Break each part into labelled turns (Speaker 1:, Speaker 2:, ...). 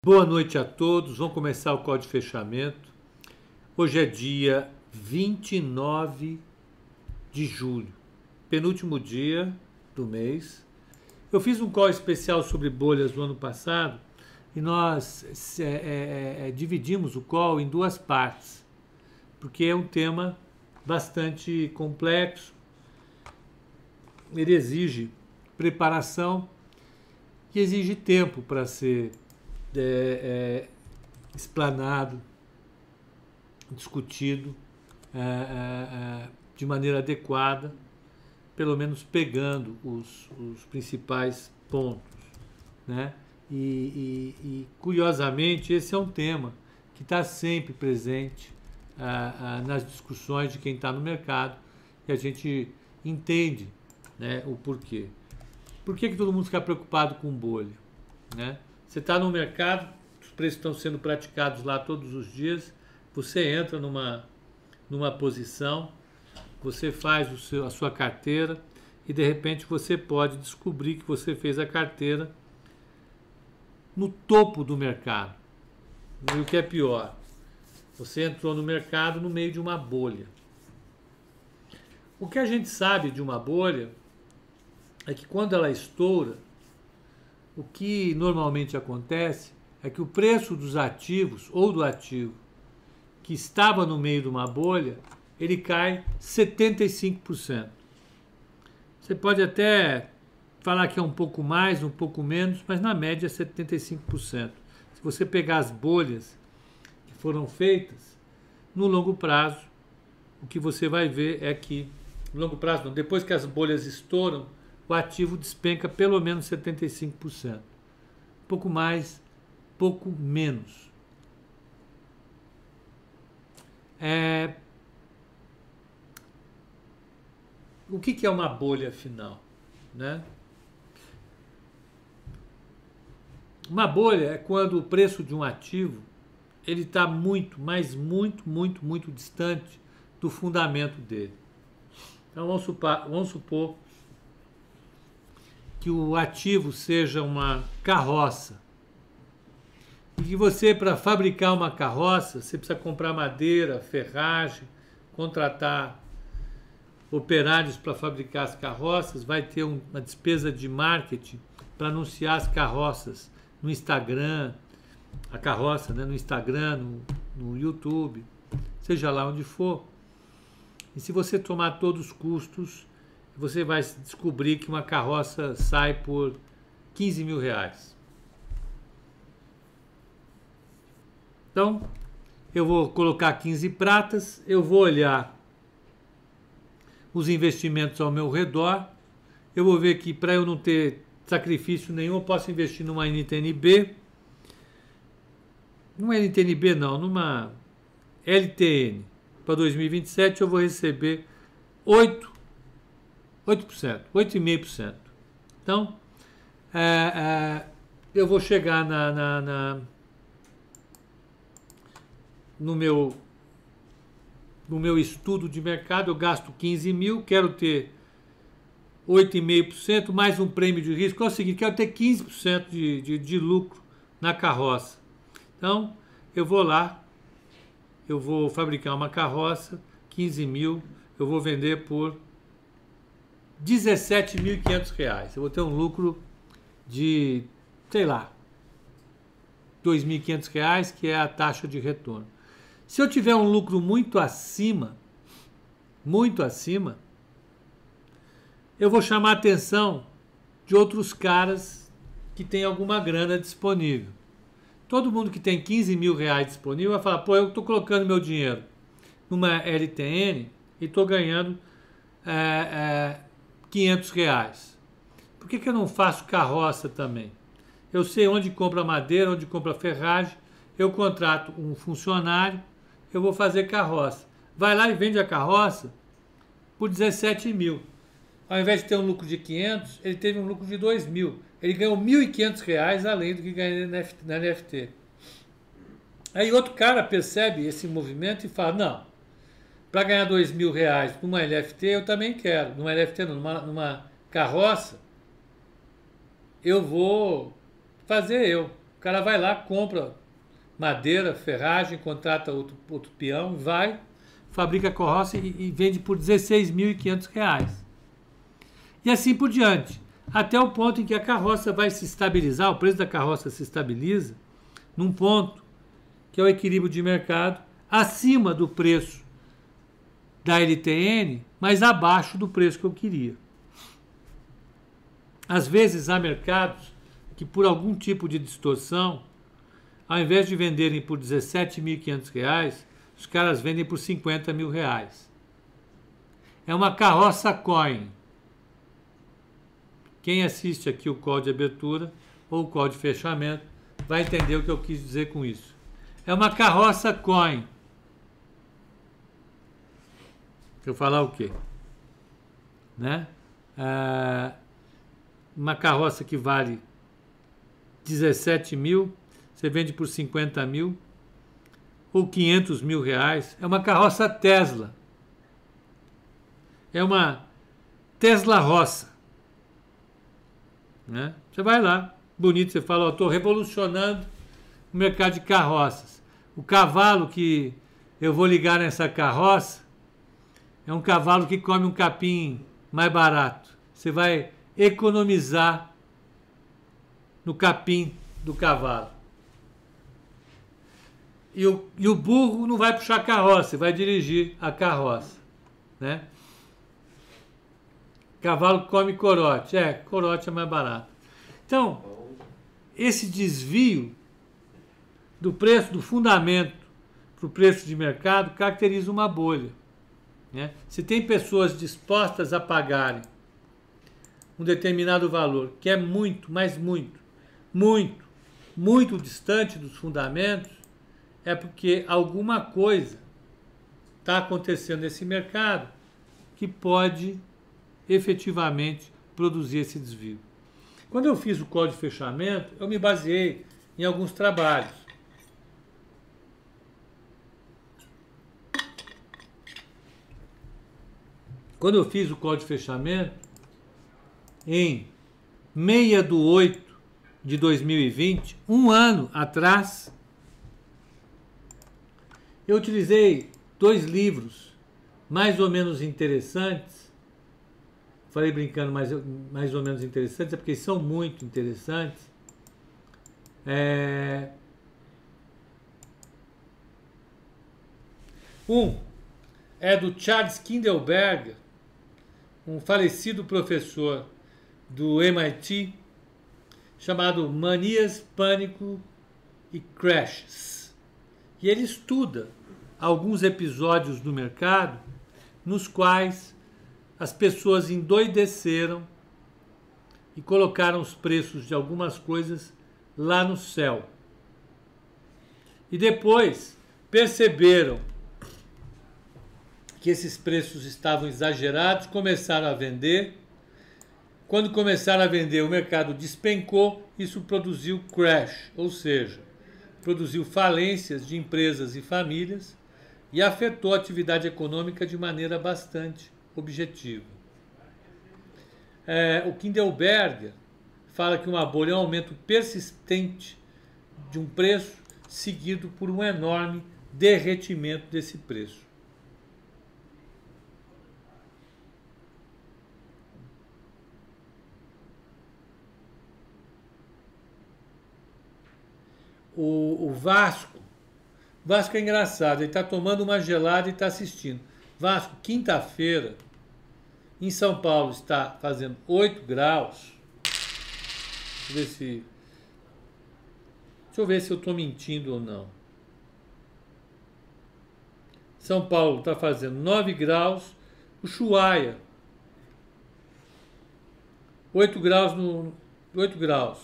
Speaker 1: Boa noite a todos. Vamos começar o call de fechamento. Hoje é dia 29 de julho, penúltimo dia do mês. Eu fiz um call especial sobre bolhas no ano passado e nós dividimos o call em duas partes, porque é um tema bastante complexo. Ele exige preparação e exige tempo para ser explanado, discutido de maneira adequada, pelo menos pegando os principais pontos, né? E curiosamente, esse é um tema que está sempre presente nas discussões de quem está no mercado, e a gente entende, né, o porquê. Por que todo mundo fica preocupado com bolha, né? Você está no mercado, os preços estão sendo praticados lá todos os dias, você entra numa posição, você faz a sua carteira e de repente você pode descobrir que você fez a carteira no topo do mercado. E o que é pior, você entrou no mercado no meio de uma bolha. O que a gente sabe de uma bolha é que quando ela estoura, o que normalmente acontece é que o preço dos ativos ou do ativo que estava no meio de uma bolha, ele cai 75%. Você pode até falar que é um pouco mais, um pouco menos, mas na média é 75%. Se você pegar as bolhas que foram feitas, no longo prazo, o que você vai ver é que, no longo prazo não, depois que as bolhas estouram, o ativo despenca pelo menos 75%. Pouco mais, pouco menos. O que é uma bolha, afinal, né? Uma bolha é quando o preço de um ativo ele está muito, mas muito distante do fundamento dele. Então vamos supor que o ativo seja uma carroça e que você, para fabricar uma carroça, você precisa comprar madeira, ferragem, contratar operários para fabricar as carroças, vai ter uma despesa de marketing para anunciar as carroças no Instagram, a carroça, né, no Instagram, no YouTube, seja lá onde for. E se você tomar todos os custos, você vai descobrir que uma carroça sai por 15 mil reais. Então, eu vou colocar 15 pratas, eu vou olhar os investimentos ao meu redor, eu vou ver que para eu não ter sacrifício nenhum, eu posso investir numa NTNB, numa LTN. Para 2027 eu vou receber 8,5%. Então, eu vou chegar no meu estudo de mercado, eu gasto 15 mil, quero ter 8,5%, mais um prêmio de risco. É o seguinte, quero ter 15% de lucro na carroça. Então, eu vou lá, eu vou fabricar uma carroça, 15 mil, eu vou vender por R$17.500. Eu vou ter um lucro de, sei lá, R$2.500, que é a taxa de retorno. Se eu tiver um lucro muito acima, eu vou chamar a atenção de outros caras que têm alguma grana disponível. Todo mundo que tem 15 mil reais disponível vai falar, pô, eu estou colocando meu dinheiro numa LTN e estou ganhando 500 reais. Por que eu não faço carroça também? Eu sei onde compra madeira, onde compra ferragem, eu contrato um funcionário, eu vou fazer carroça. Vai lá e vende a carroça por 17 mil. Ao invés de ter um lucro de 500, ele teve um lucro de 2 mil. Ele ganhou 1.500 reais além do que ganhou na NFT. Aí outro cara percebe esse movimento e fala, não, para ganhar 2 mil reais numa NFT eu também quero. Numa NFT não, numa carroça, eu vou fazer eu. O cara vai lá, compra madeira, ferragem, contrata outro peão, vai, fabrica a carroça e vende por R$16.500. E assim por diante. Até o ponto em que a carroça vai se estabilizar, o preço da carroça se estabiliza num ponto que é o equilíbrio de mercado acima do preço da LTN, mas abaixo do preço que eu queria. Às vezes há mercados que, por algum tipo de distorção, ao invés de venderem por R$17.500, os caras vendem por R$50.000. É uma carroça coin. Quem assiste aqui o call de abertura ou o call de fechamento vai entender o que eu quis dizer com isso. É uma carroça coin. Deixa eu falar o quê? Né? Uma carroça que vale 17 mil, você vende por 50 mil ou 500 mil reais. É uma carroça Tesla. É uma Tesla roça. Né? Você vai lá, bonito, você fala, estou revolucionando o mercado de carroças. O cavalo que eu vou ligar nessa carroça é um cavalo que come um capim mais barato. Você vai economizar no capim do cavalo. E o burro não vai puxar a carroça, vai dirigir a carroça. Né? Cavalo come corote. Corote é mais barato. Então, esse desvio do preço, do fundamento para o preço de mercado, caracteriza uma bolha. Né? Se tem pessoas dispostas a pagarem um determinado valor, que é muito, mas muito, muito, muito distante dos fundamentos, é porque alguma coisa está acontecendo nesse mercado que pode efetivamente produzir esse desvio. Quando eu fiz o call de fechamento, eu me baseei em alguns trabalhos. Quando eu fiz o call de fechamento, em 6/8 de 2020, um ano atrás, eu utilizei 2 livros mais ou menos interessantes. Falei brincando mais ou menos interessantes, é porque são muito interessantes. Um é do Charles Kindleberger, um falecido professor do MIT, chamado Manias, Pânico e Crashes. E ele estuda alguns episódios do mercado nos quais as pessoas endoideceram e colocaram os preços de algumas coisas lá no céu. E depois perceberam que esses preços estavam exagerados, começaram a vender. Quando começaram a vender, o mercado despencou, isso produziu crash, ou seja, produziu falências de empresas e famílias e afetou a atividade econômica de maneira bastante objetiva. O Kindleberger fala que uma bolha é um aumento persistente de um preço seguido por um enorme derretimento desse preço. O Vasco é engraçado, ele está tomando uma gelada e está assistindo. Vasco, quinta-feira, em São Paulo, está fazendo 8 graus. Deixa eu ver se eu estou mentindo ou não. São Paulo está fazendo 9 graus. Ushuaia, 8 graus 8 graus.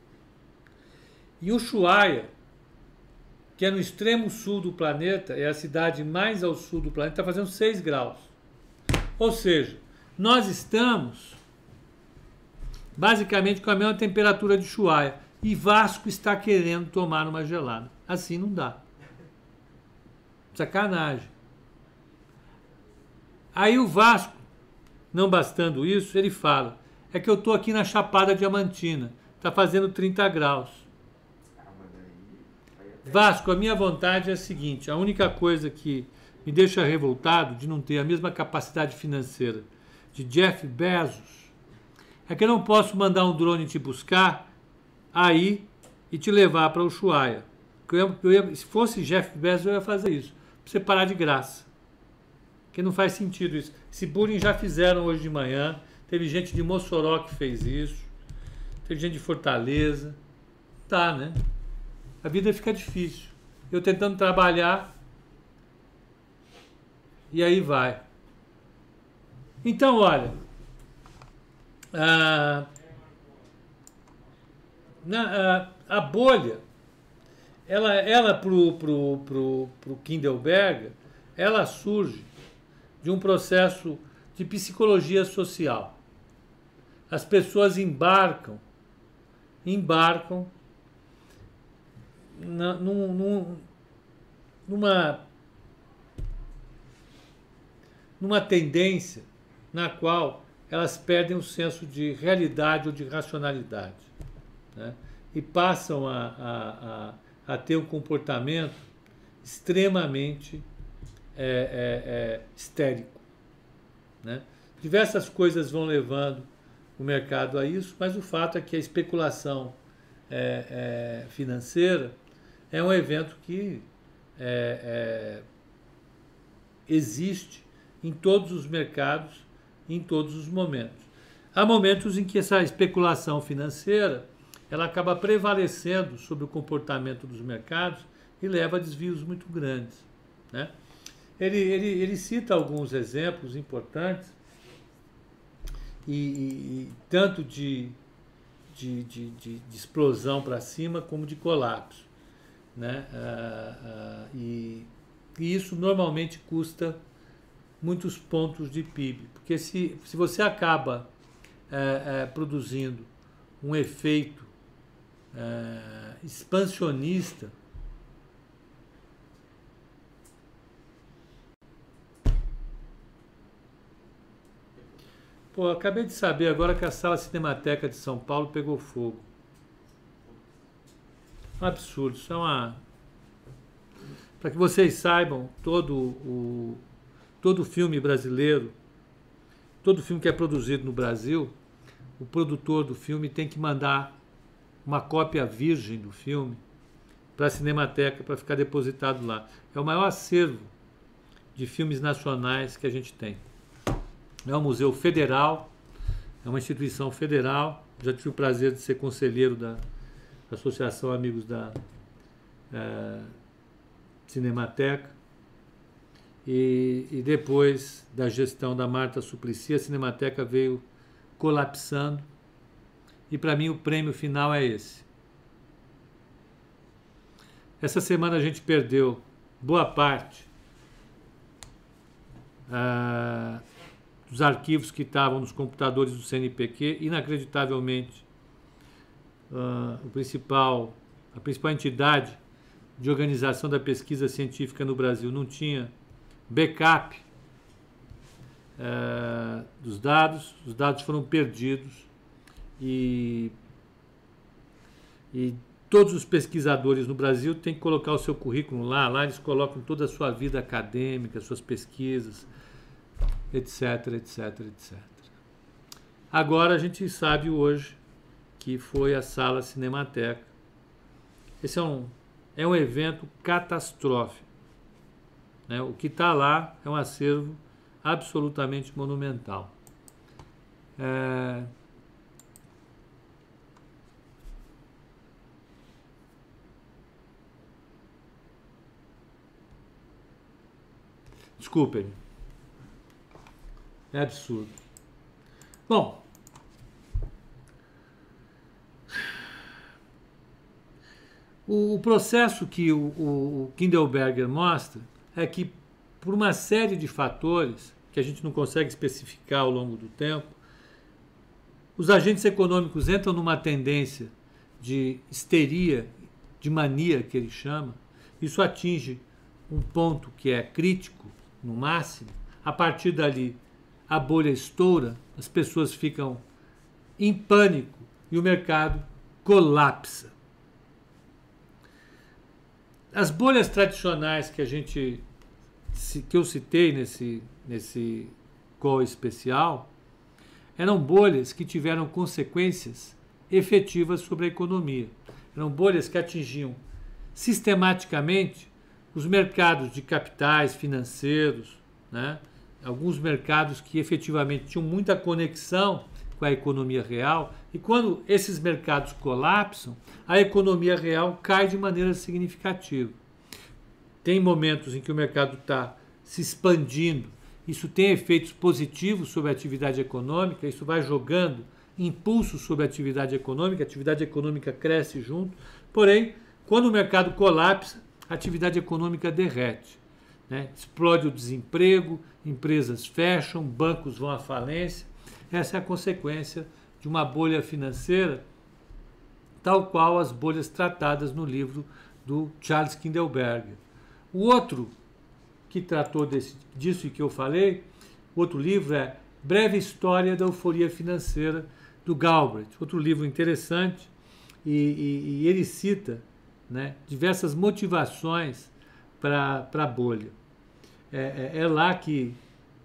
Speaker 1: E Ushuaia, que é no extremo sul do planeta, é a cidade mais ao sul do planeta, está fazendo 6 graus. Ou seja, nós estamos basicamente com a mesma temperatura de Ushuaia. E Vasco está querendo tomar uma gelada. Assim não dá. Sacanagem. Aí o Vasco, não bastando isso, ele fala, é que eu estou aqui na Chapada Diamantina, está fazendo 30 graus. Vasco, a minha vontade é a seguinte: a única coisa que me deixa revoltado de não ter a mesma capacidade financeira de Jeff Bezos é que eu não posso mandar um drone te buscar aí e te levar para Ushuaia. Se fosse Jeff Bezos, eu ia fazer isso. Pra você parar de graça. Porque não faz sentido isso. Esse bullying já fizeram hoje de manhã. Teve gente de Mossoró que fez isso. Teve gente de Fortaleza. Tá, né? A vida fica difícil. Eu tentando trabalhar. E aí vai. Então, olha. A bolha, ela pro Kindleberger, ela surge de um processo de psicologia social. As pessoas embarcam numa tendência na qual elas perdem o senso de realidade ou de racionalidade, né? E passam a ter um comportamento extremamente histérico, né? Diversas coisas vão levando o mercado a isso, mas o fato é que a especulação financeira é um evento que existe em todos os mercados, em todos os momentos. Há momentos em que essa especulação financeira ela acaba prevalecendo sobre o comportamento dos mercados e leva a desvios muito grandes, né? Ele cita alguns exemplos importantes e tanto de explosão para cima como de colapso, né? E isso normalmente custa muitos pontos de PIB, porque se você acaba produzindo um efeito expansionista, pô, acabei de saber agora que a Sala Cinemateca de São Paulo pegou fogo. Um absurdo, isso é uma... Para que vocês saibam, todo filme brasileiro, todo filme que é produzido no Brasil, o produtor do filme tem que mandar uma cópia virgem do filme para a Cinemateca para ficar depositado lá. É o maior acervo de filmes nacionais que a gente tem. É um museu federal, é uma instituição federal. Já tive o prazer de ser conselheiro da Associação Amigos da Cinemateca. E depois da gestão da Marta Suplicy, a Cinemateca veio colapsando. E para mim o prêmio final é esse. Essa semana a gente perdeu boa parte dos arquivos que estavam nos computadores do CNPq. Inacreditavelmente, a principal entidade de organização da pesquisa científica no Brasil não tinha backup dos dados. Os dados foram perdidos e todos os pesquisadores no Brasil têm que colocar o seu currículo lá eles colocam toda a sua vida acadêmica, suas pesquisas, etc, etc, etc. Agora a gente sabe hoje que foi a Sala Cinemateca. Esse é um evento catastrófico, né? O que está lá é um acervo absolutamente monumental. Desculpem. É absurdo. Bom, o processo que o Kindleberger mostra é que, por uma série de fatores que a gente não consegue especificar ao longo do tempo, os agentes econômicos entram numa tendência de histeria, de mania, que ele chama. Isso atinge um ponto que é crítico, no máximo. A partir dali, a bolha estoura, as pessoas ficam em pânico e o mercado colapsa. As bolhas tradicionais que eu citei nesse call especial eram bolhas que tiveram consequências efetivas sobre a economia. Eram bolhas que atingiam sistematicamente os mercados de capitais financeiros, né? Alguns mercados que efetivamente tinham muita conexão com a economia real, e quando esses mercados colapsam, a economia real cai de maneira significativa. Tem momentos em que o mercado está se expandindo, isso tem efeitos positivos sobre a atividade econômica, isso vai jogando impulsos sobre a atividade econômica cresce junto, porém, quando o mercado colapsa, a atividade econômica derrete, né? Explode o desemprego, empresas fecham, bancos vão à falência. Essa é a consequência de uma bolha financeira, tal qual as bolhas tratadas no livro do Charles Kindleberger. O outro que tratou disso e que eu falei, o outro livro é Breve História da Euforia Financeira, do Galbraith. Outro livro interessante, e ele cita, né, diversas motivações para a bolha. É lá que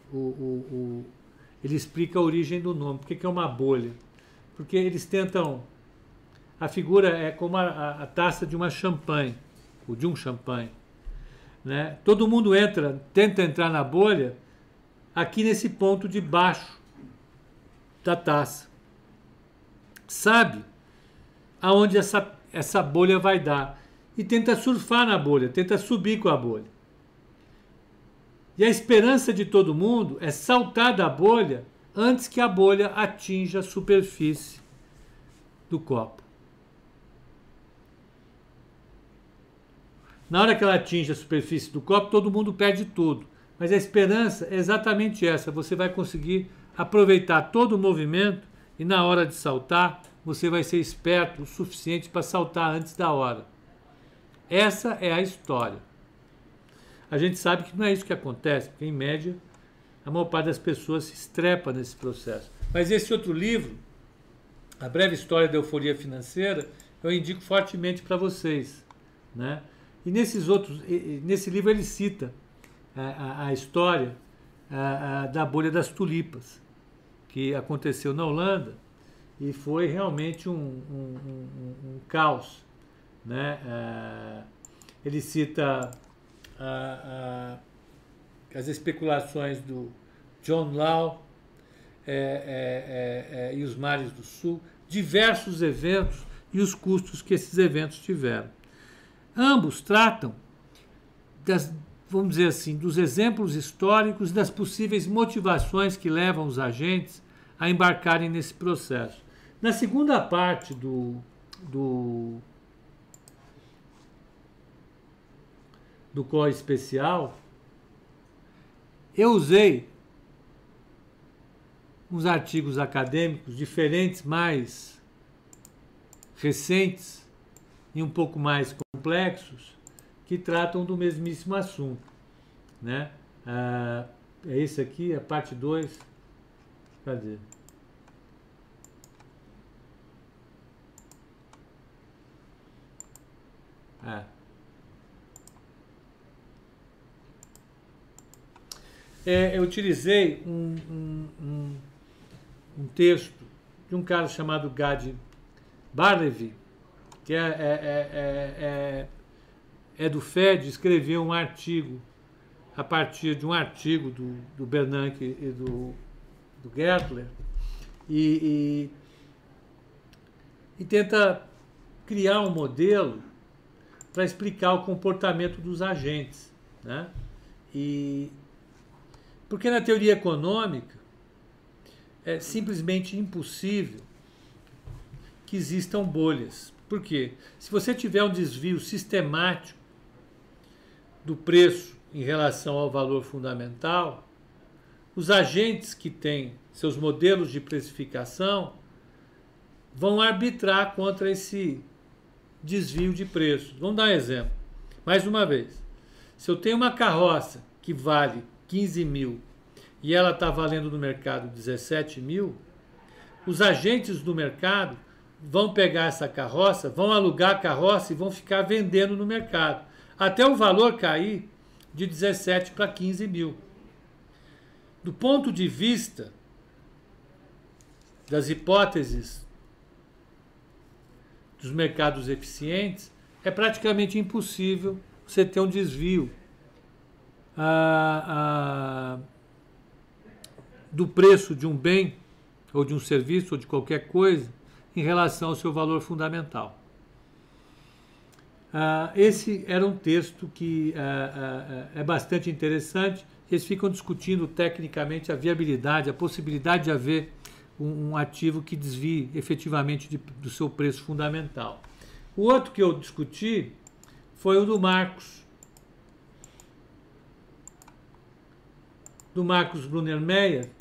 Speaker 1: ele explica a origem do nome. Por que é uma bolha? Porque eles tentam... A figura é como a taça de uma champanhe, ou de um champanhe, né? Todo mundo tenta entrar na bolha aqui nesse ponto de baixo da taça. Sabe aonde essa bolha vai dar. E tenta surfar na bolha, tenta subir com a bolha. E a esperança de todo mundo é saltar da bolha antes que a bolha atinja a superfície do copo. Na hora que ela atinge a superfície do copo, todo mundo perde tudo. Mas a esperança é exatamente essa. Você vai conseguir aproveitar todo o movimento e na hora de saltar, você vai ser esperto o suficiente para saltar antes da hora. Essa é a história. A gente sabe que não é isso que acontece, porque, em média, a maior parte das pessoas se estrepa nesse processo. Mas esse outro livro, A Breve História da Euforia Financeira, eu indico fortemente para vocês, né? E nesse livro ele cita a história da bolha das tulipas, que aconteceu na Holanda e foi realmente um caos, né? Ele cita as especulações do John Law e os mares do sul, diversos eventos e os custos que esses eventos tiveram. Ambos tratam vamos dizer assim, dos exemplos históricos e das possíveis motivações que levam os agentes a embarcarem nesse processo. Na segunda parte do call especial, eu usei uns artigos acadêmicos diferentes, mais recentes e um pouco mais complexos, que tratam do mesmíssimo assunto, né? É esse aqui, a parte 2. Cadê? Eu utilizei um texto de um cara chamado Gad Barlevy, que é do FED, escreveu um artigo a partir de um artigo do Bernanke e do Gertler e tenta criar um modelo para explicar o comportamento dos agentes, né? Porque na teoria econômica é simplesmente impossível que existam bolhas. Por quê? Se você tiver um desvio sistemático do preço em relação ao valor fundamental, os agentes que têm seus modelos de precificação vão arbitrar contra esse desvio de preços. Vamos dar um exemplo. Mais uma vez, se eu tenho uma carroça que vale 15 mil e ela está valendo no mercado 17 mil, os agentes do mercado vão pegar essa carroça, vão alugar a carroça e vão ficar vendendo no mercado. até o valor cair de 17 para 15 mil. Do ponto de vista das hipóteses dos mercados eficientes, é praticamente impossível você ter um desvio do preço de um bem, ou de um serviço, ou de qualquer coisa, em relação ao seu valor fundamental. Esse era um texto que é bastante interessante. Eles ficam discutindo tecnicamente a viabilidade, a possibilidade de haver um ativo que desvie efetivamente do seu preço fundamental. O outro que eu discuti foi o do Marcos Brunner-Meyer,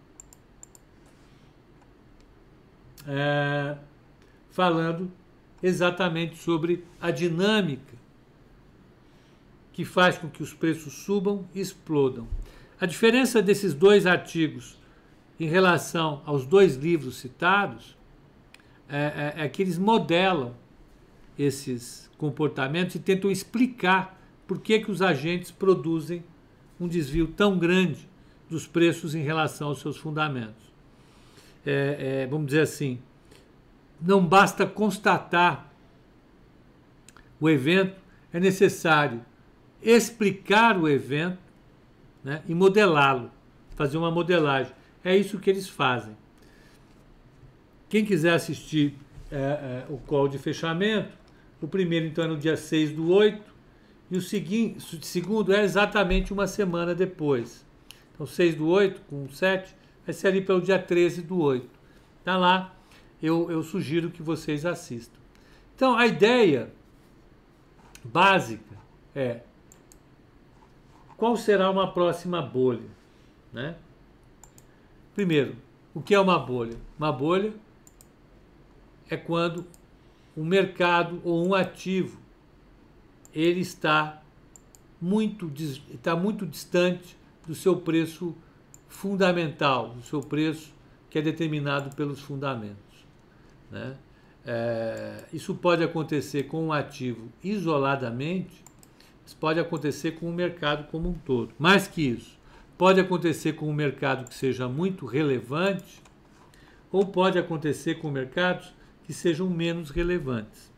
Speaker 1: falando exatamente sobre a dinâmica que faz com que os preços subam e explodam. A diferença desses dois artigos em relação aos dois livros citados é que eles modelam esses comportamentos e tentam explicar por que os agentes produzem um desvio tão grande dos preços em relação aos seus fundamentos. Vamos dizer assim, não basta constatar o evento, é necessário explicar o evento, né, e modelá-lo, fazer uma modelagem. É isso que eles fazem. Quem quiser assistir o call de fechamento, o primeiro então é no dia 6/8 e o segundo é exatamente uma semana depois. Então 6/8 com 7 vai ser ali pelo dia 13/8. Tá lá, eu sugiro que vocês assistam. Então a ideia básica é: qual será uma próxima bolha, né? Primeiro, o que é uma bolha? Uma bolha é quando um mercado ou um ativo ele está muito distante do seu preço fundamental, do seu preço que é determinado pelos fundamentos, né? Isso pode acontecer com um ativo isoladamente, isso pode acontecer com o mercado como um todo. Mais que isso, pode acontecer com um mercado que seja muito relevante, ou pode acontecer com mercados que sejam menos relevantes.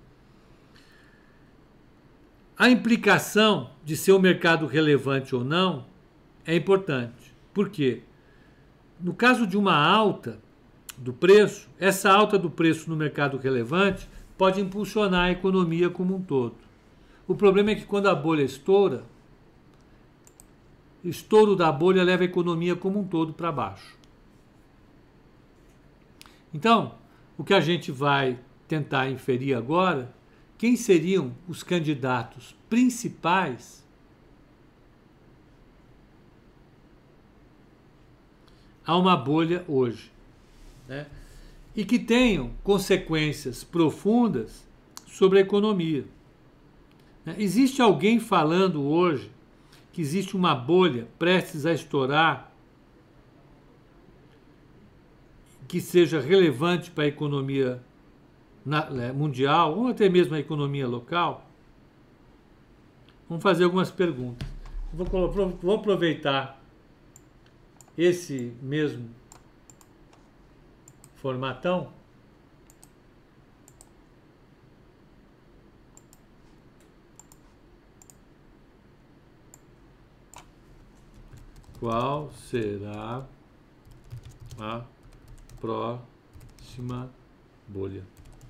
Speaker 1: A implicação de ser um mercado relevante ou não é importante. Por quê? No caso de uma alta do preço, essa alta do preço no mercado relevante pode impulsionar a economia como um todo. O problema é que quando a bolha estoura, o estouro da bolha leva a economia como um todo para baixo. Então, o que a gente vai tentar inferir agora, quem seriam os candidatos principais a uma bolha hoje, né? E que tenham consequências profundas sobre a economia. Existe alguém falando hoje que existe uma bolha prestes a estourar que seja relevante para a economia mundial ou até mesmo a economia local? Vamos fazer algumas perguntas. Vou aproveitar esse mesmo formatão. Qual será a próxima bolha?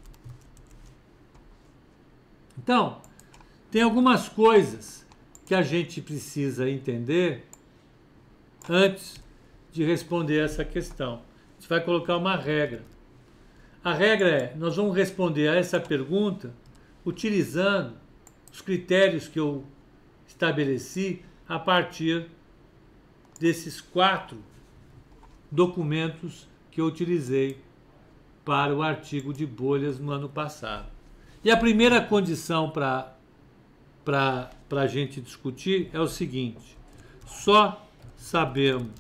Speaker 1: Então, tem algumas coisas que a gente precisa entender antes de responder essa questão. A gente vai colocar uma regra. A regra é: nós vamos responder a essa pergunta utilizando os critérios que eu estabeleci a partir desses 4 documentos que eu utilizei para o artigo de bolhas no ano passado. E a primeira condição para a gente discutir é o seguinte: só sabemos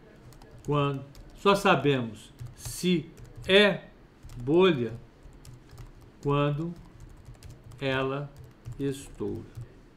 Speaker 1: se é bolha quando ela estoura.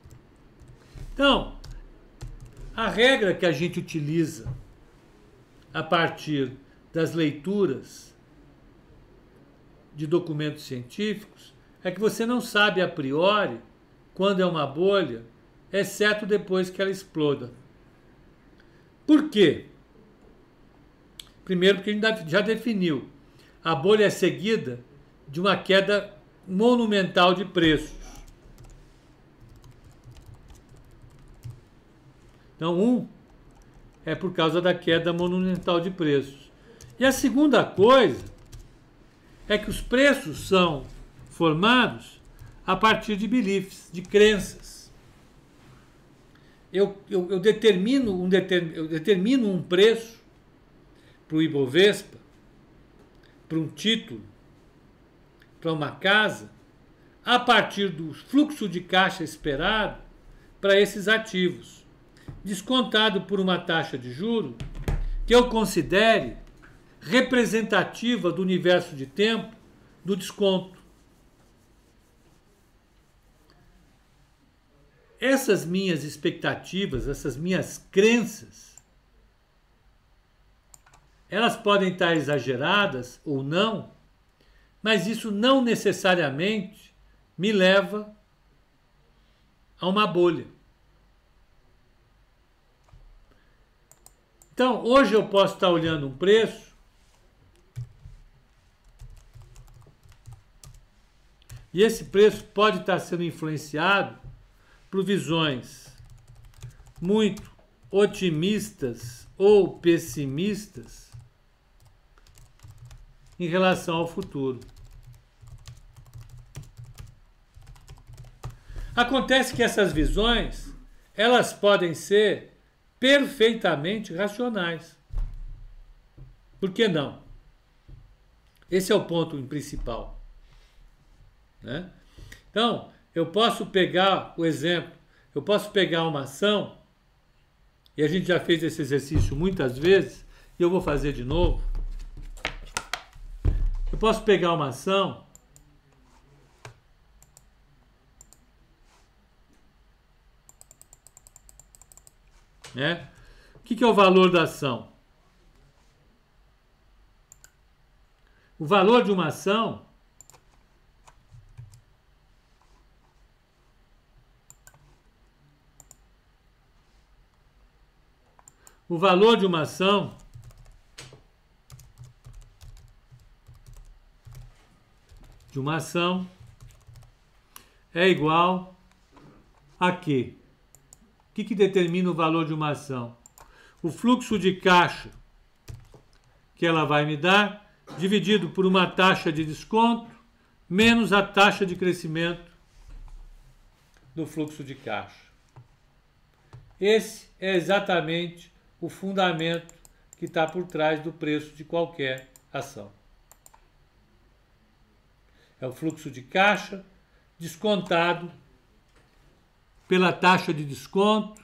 Speaker 1: Então, a regra que a gente utiliza a partir das leituras de documentos científicos é que você não sabe a priori quando é uma bolha, exceto depois que ela exploda. Por quê? Primeiro, porque a gente já definiu. A bolha é seguida de uma queda monumental de preços. Então, é por causa da queda monumental de preços. E a segunda coisa é que os preços são formados a partir de beliefs, de crenças. Eu determino um preço para o Ibovespa, para um título, para uma casa, a partir do fluxo de caixa esperado para esses ativos, descontado por uma taxa de juros que eu considere representativa do universo de tempo do desconto. Essas minhas expectativas, essas minhas crenças, elas podem estar exageradas ou não, mas isso não necessariamente me leva a uma bolha. Então, hoje eu posso estar olhando um preço e esse preço pode estar sendo influenciado por visões muito otimistas ou pessimistas em relação ao futuro. Acontece que essas visões, elas podem ser perfeitamente racionais. Por que não? Esse é o ponto principal, né? Então, eu posso pegar o exemplo, eu posso pegar uma ação, e a gente já fez esse exercício muitas vezes, e eu vou fazer de novo. Eu posso pegar uma ação né? O que é o valor da ação? O valor de uma ação é igual a quê? O que determina o valor de uma ação? O fluxo de caixa que ela vai me dar, dividido por uma taxa de desconto, menos a taxa de crescimento do fluxo de caixa. Esse é exatamente o fundamento que está por trás do preço de qualquer ação. É o fluxo de caixa descontado pela taxa de desconto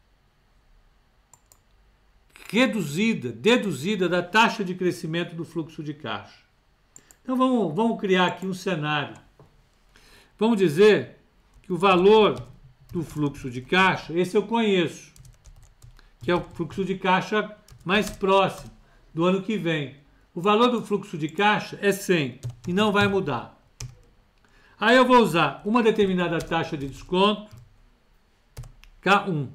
Speaker 1: deduzida da taxa de crescimento do fluxo de caixa. Então vamos criar aqui um cenário. Vamos dizer que o valor do fluxo de caixa, esse eu conheço, que é o fluxo de caixa mais próximo do ano que vem. O valor do fluxo de caixa é 100 e não vai mudar. Aí eu vou usar uma determinada taxa de desconto, K1.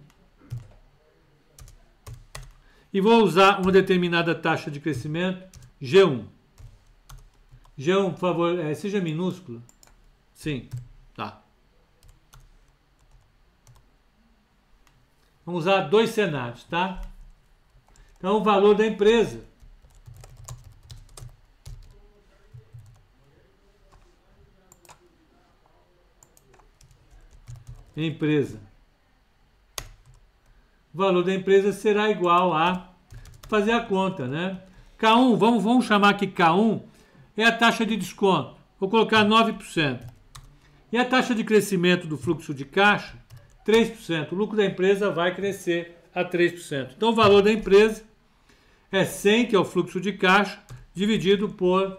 Speaker 1: E vou usar uma determinada taxa de crescimento, G1. G1, por favor, seja minúsculo. Sim, tá. Vamos usar dois cenários, tá? Então, o valor da empresa. O valor da empresa será igual a fazer a conta, né? K1, vamos chamar aqui K1, é a taxa de desconto. Vou colocar 9%. E a taxa de crescimento do fluxo de caixa, 3%. O lucro da empresa vai crescer a 3%. Então, o valor da empresa é 100, que é o fluxo de caixa, dividido por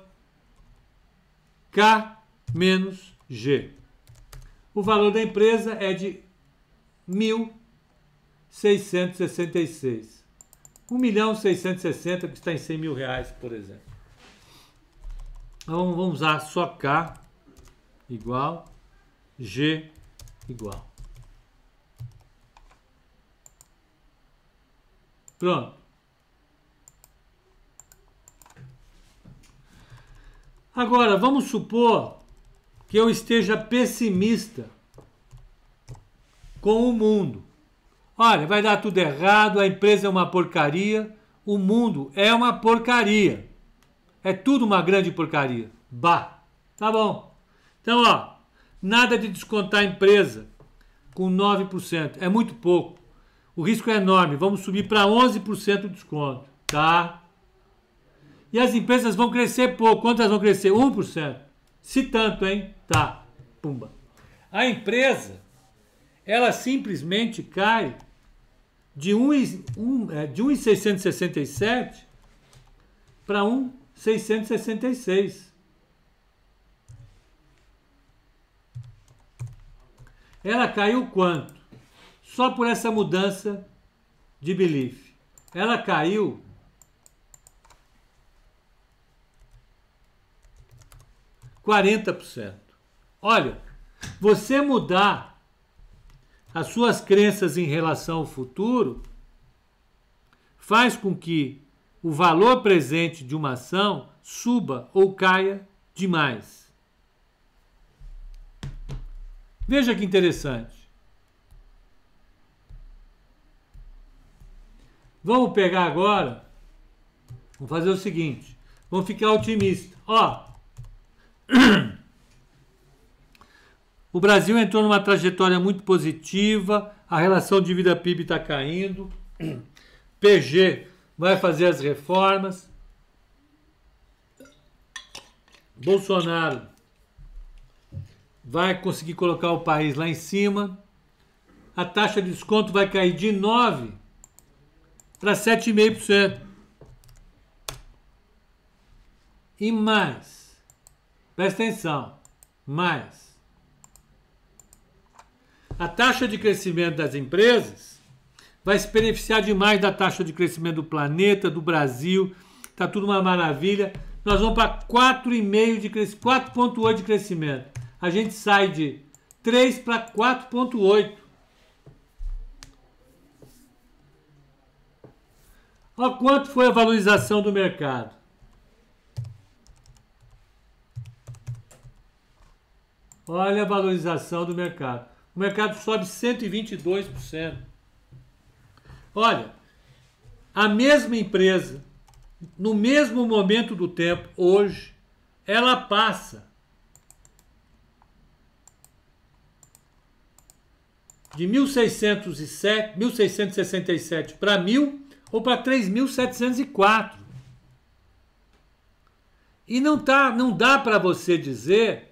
Speaker 1: K menos G. O valor da empresa é de 1.000 1.666. 1.660.000 que está em 100 mil reais, por exemplo. Então vamos usar só K igual, G igual. Pronto. Agora, vamos supor que eu esteja pessimista com o mundo. Olha, vai dar tudo errado, a empresa é uma porcaria, o mundo é uma porcaria. É tudo uma grande porcaria. Bah, tá bom. Então, ó, nada de descontar a empresa com 9%. É muito pouco. O risco é enorme. Vamos subir para 11% de desconto. Tá? E as empresas vão crescer pouco. Quantas vão crescer? 1%. Se tanto, hein? Tá. Pumba. A empresa, ela simplesmente cai de 1.667 para 1.666. Ela caiu quanto? Só por essa mudança de belief. Ela caiu 40%. Olha, você mudar as suas crenças em relação ao futuro faz com que o valor presente de uma ação suba ou caia demais. Veja que interessante. Vamos pegar agora, vamos fazer o seguinte, vamos ficar otimista. Ó, o Brasil entrou numa trajetória muito positiva, a relação dívida PIB está caindo, PG vai fazer as reformas, Bolsonaro vai conseguir colocar o país lá em cima, a taxa de desconto vai cair de 9% para 7,5%. E mais, presta atenção, mais. A taxa de crescimento das empresas vai se beneficiar demais da taxa de crescimento do planeta, do Brasil, tá tudo uma maravilha. Nós vamos para 4,5 de crescimento, 4,8 de crescimento. A gente sai de 3 para 4,8. Olha quanto foi a valorização do mercado. Olha a valorização do mercado. O mercado sobe 122%. Olha, a mesma empresa, no mesmo momento do tempo, hoje, ela passa de 1.667 para 1.000 ou para 3.704. E não dá para você dizer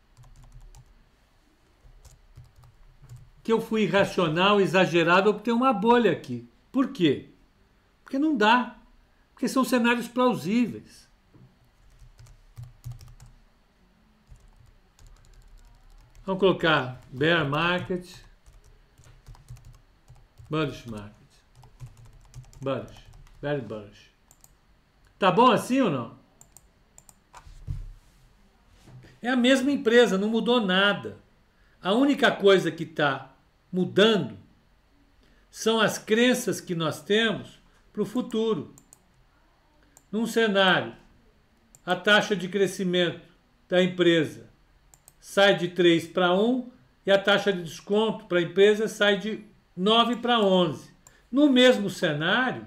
Speaker 1: que eu fui irracional, exagerado ou que tem uma bolha aqui. Por quê? Porque não dá. Porque são cenários plausíveis. Vamos colocar bear market, bullish market. Bullish, very bullish. Tá bom assim ou não? É a mesma empresa, não mudou nada. A única coisa que está mudando são as crenças que nós temos para o futuro. Num cenário, a taxa de crescimento da empresa sai de 3 para 1 e a taxa de desconto para a empresa sai de 9 para 11. No mesmo cenário,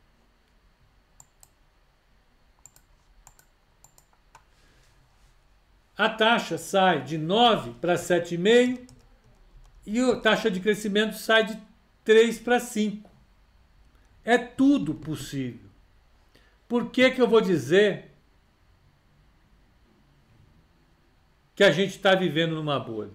Speaker 1: a taxa sai de 9 para 7,5 e a taxa de crescimento sai de 3 para 5. É tudo possível. Por que eu vou dizer que a gente está vivendo numa bolha?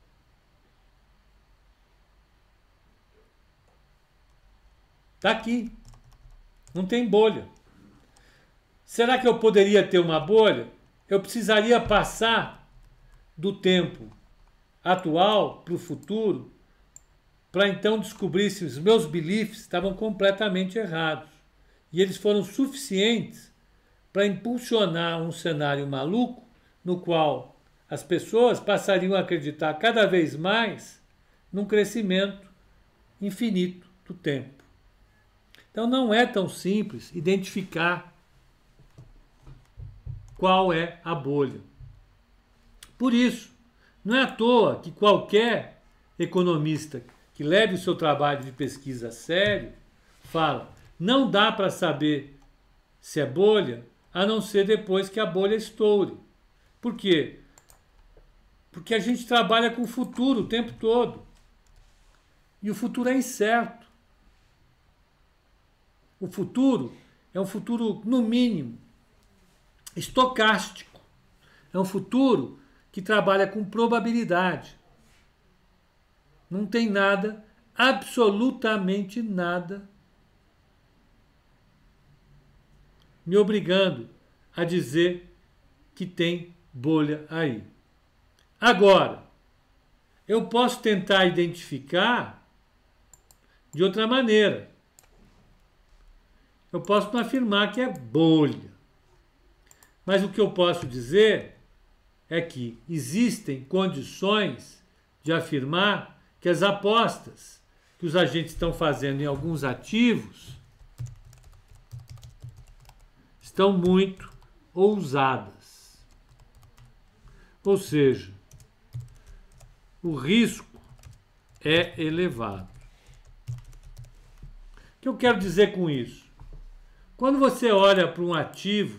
Speaker 1: Está aqui. Não tem bolha. Será que eu poderia ter uma bolha? Eu precisaria passar do tempo atual para o futuro para então descobrir se os meus beliefs estavam completamente errados. E eles foram suficientes para impulsionar um cenário maluco no qual as pessoas passariam a acreditar cada vez mais num crescimento infinito do tempo. Então não é tão simples identificar qual é a bolha. Por isso, não é à toa que qualquer economista que leve o seu trabalho de pesquisa a sério fala: não dá para saber se é bolha a não ser depois que a bolha estoure. Por quê? Porque a gente trabalha com o futuro o tempo todo. E o futuro é incerto. O futuro é um futuro, no mínimo, estocástico. É um futuro que trabalha com probabilidade. Não tem nada, absolutamente nada, me obrigando a dizer que tem bolha aí. Agora, eu posso tentar identificar de outra maneira. Eu posso não afirmar que é bolha. Mas o que eu posso dizer é que existem condições de afirmar que as apostas que os agentes estão fazendo em alguns ativos estão muito ousadas. Ou seja, o risco é elevado. O que eu quero dizer com isso? Quando você olha para um ativo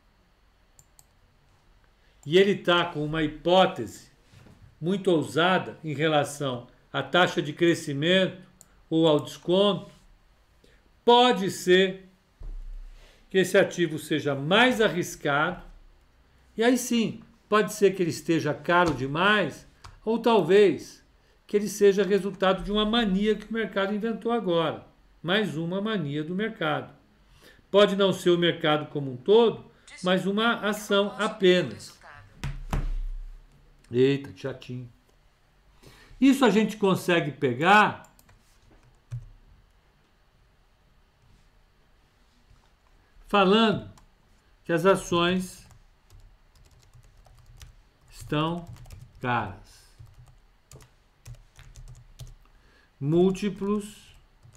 Speaker 1: e ele está com uma hipótese muito ousada em relação à taxa de crescimento ou ao desconto, pode ser que esse ativo seja mais arriscado, e aí sim, pode ser que ele esteja caro demais, ou talvez que ele seja resultado de uma mania que o mercado inventou agora. Mais uma mania do mercado. Pode não ser o mercado como um todo, mas uma ação apenas. Eita, chatinho. Isso a gente consegue pegar falando que as ações estão caras. Múltiplos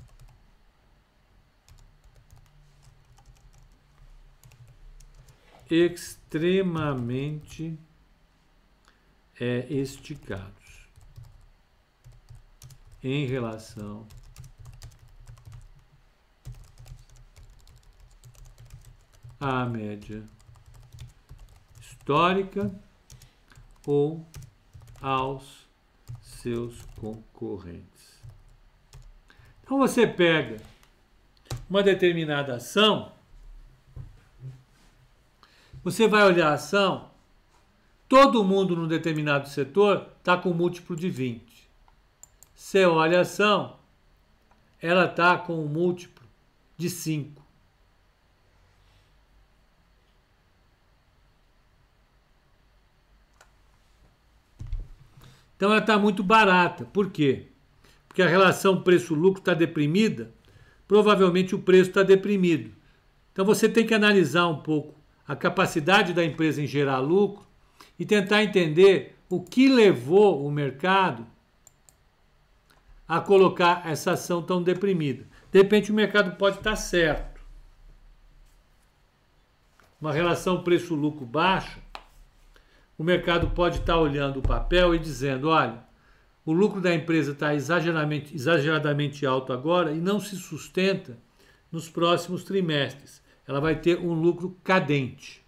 Speaker 1: extremamente esticados em relação à média histórica ou aos seus concorrentes. Então você pega uma determinada ação, você vai olhar a ação, todo mundo num determinado setor está com múltiplo de 20. Você olha a ação, ela está com um múltiplo de 5. Então ela está muito barata. Por quê? Porque a relação preço-lucro está deprimida, provavelmente o preço está deprimido. Então você tem que analisar um pouco a capacidade da empresa em gerar lucro e tentar entender o que levou o mercado a colocar essa ação tão deprimida. De repente o mercado pode estar certo. Uma relação preço-lucro baixa, o mercado pode estar olhando o papel e dizendo, olha, o lucro da empresa está exageradamente alto agora e não se sustenta nos próximos trimestres. Ela vai ter um lucro cadente.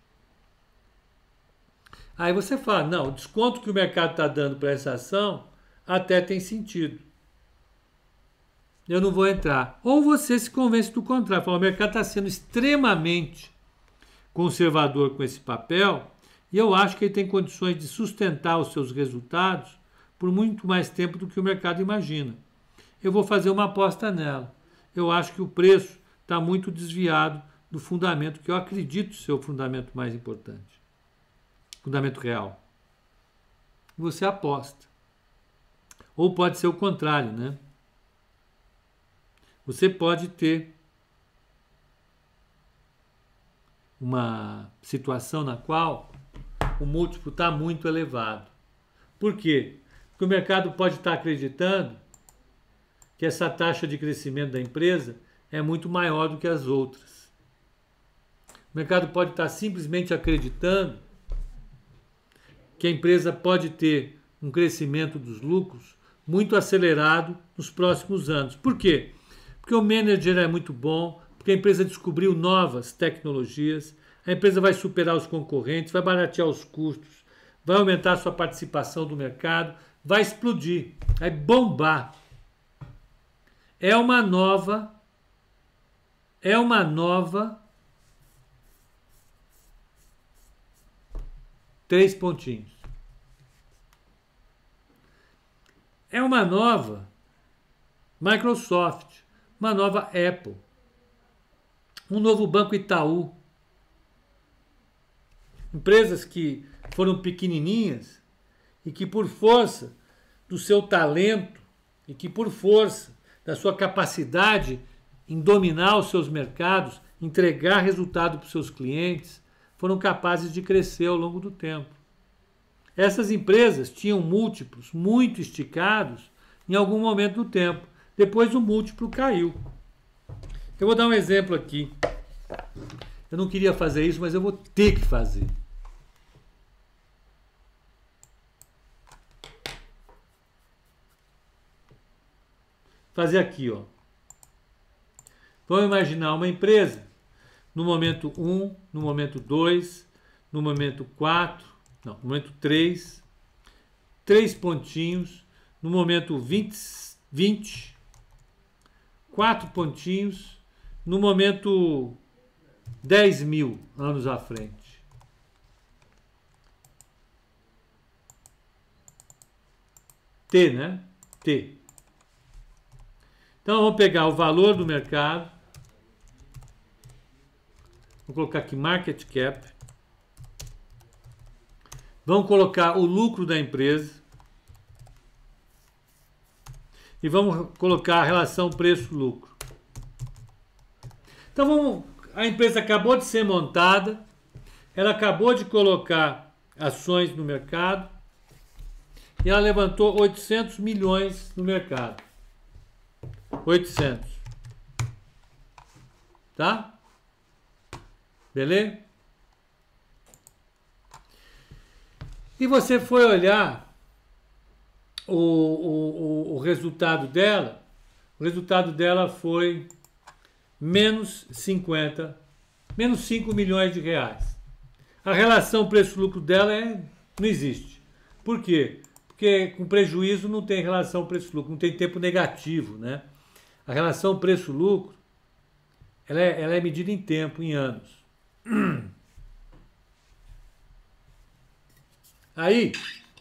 Speaker 1: Aí você fala, não, o desconto que o mercado está dando para essa ação até tem sentido. Eu não vou entrar. Ou você se convence do contrário. Fala, o mercado está sendo extremamente conservador com esse papel e eu acho que ele tem condições de sustentar os seus resultados por muito mais tempo do que o mercado imagina. Eu vou fazer uma aposta nela. Eu acho que o preço está muito desviado do fundamento, que eu acredito ser o fundamento mais importante. Fundamento real. Você aposta. Ou pode ser o contrário, né? você pode ter uma situação na qual o múltiplo está muito elevado. Por quê? Porque o mercado pode estar acreditando que essa taxa de crescimento da empresa é muito maior do que as outras. O mercado pode estar simplesmente acreditando que a empresa pode ter um crescimento dos lucros muito acelerado nos próximos anos. Por quê? Porque o manager é muito bom, porque a empresa descobriu novas tecnologias, a empresa vai superar os concorrentes, vai baratear os custos, vai aumentar a sua participação do mercado, vai explodir, vai bombar. É uma nova 3 pontinhos. É uma nova Microsoft, uma nova Apple, um novo Banco Itaú. Empresas que foram pequenininhas e que por força do seu talento e que por força da sua capacidade em dominar os seus mercados, entregar resultado para os seus clientes, foram capazes de crescer ao longo do tempo. Essas empresas tinham múltiplos muito esticados em algum momento do tempo. Depois o múltiplo caiu. Eu vou dar um exemplo aqui. Eu não queria fazer isso, mas eu vou ter que fazer. Fazer aqui, ó. Vamos imaginar uma empresa no momento 1, no momento 2, no momento 4, não, no momento 3, 3 pontinhos, no momento 20, 4 pontinhos, no momento 10 mil anos à frente. T, né? T. Então, vamos pegar o valor do mercado. Vou colocar aqui market cap. Vamos colocar o lucro da empresa. E vamos colocar a relação preço-lucro. Então, a empresa acabou de ser montada. Ela acabou de colocar ações no mercado. E ela levantou 800 milhões no mercado. 800. Tá? Beleza? E você foi olhar o resultado dela. O resultado dela foi menos 50, menos 5 milhões de reais. A relação preço-lucro dela não existe. Por quê? Porque com prejuízo não tem relação preço-lucro, não tem tempo negativo, né? A relação preço-lucro, ela é medida em tempo, em anos. Aí,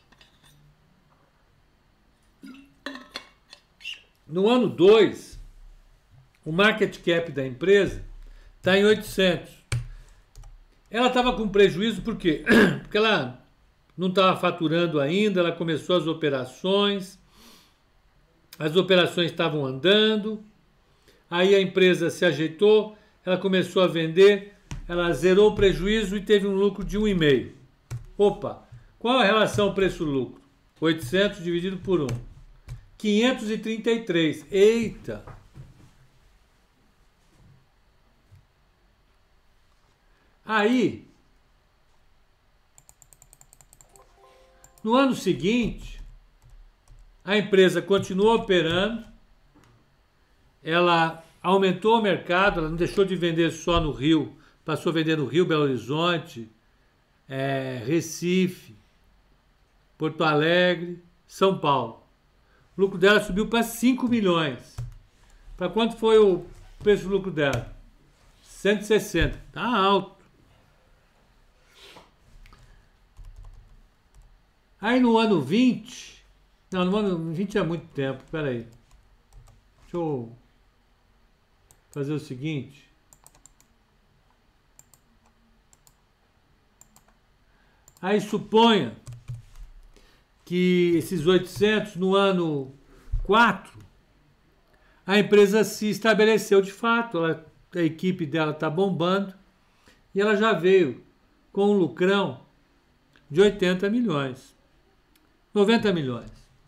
Speaker 1: no ano 2, o market cap da empresa está em 800. Ela estava com prejuízo por quê? Porque ela não estava faturando ainda, ela começou as operações estavam andando, aí a empresa se ajeitou, ela começou a vender, ela zerou o prejuízo e teve um lucro de 1,5. Opa, qual a relação preço-lucro? 800 dividido por 1. 533. Eita! Aí, no ano seguinte, a empresa continuou operando, ela aumentou o mercado, ela não deixou de vender só no Rio, passou a vender no Rio, Belo Horizonte, Recife, Porto Alegre, São Paulo. O lucro dela subiu para 5 milhões. Para quanto foi o preço do lucro dela? 160. Está alto. Aí no ano 20... Não, no ano 20 é muito tempo. Espera aí. Deixa eu fazer o seguinte. Aí suponha que esses 800 no ano 4, a empresa se estabeleceu de fato, a equipe dela está bombando e ela já veio com um lucrão de 80 milhões, 90 milhões,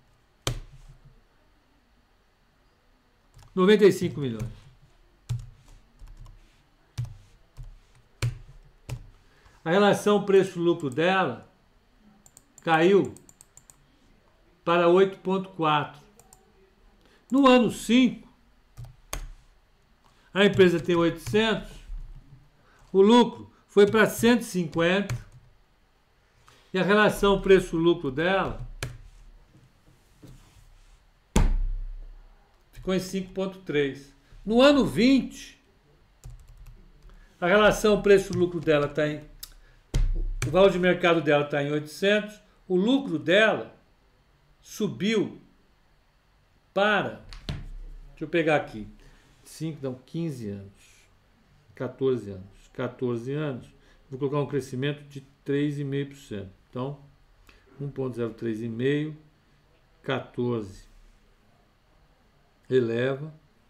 Speaker 1: 95 milhões. A relação preço-lucro dela caiu para 8,4. No ano 5, a empresa tem 800, o lucro foi para 150 e a relação preço-lucro dela ficou em 5,3. No ano 20, a relação preço-lucro dela está em... O valor de mercado dela está em 800, o lucro dela subiu para... Deixa eu pegar aqui. 5, não, 15 anos. 14 anos. 14 anos. Vou colocar um crescimento de 3,5%. Então, 1,03,5, 14. Eleva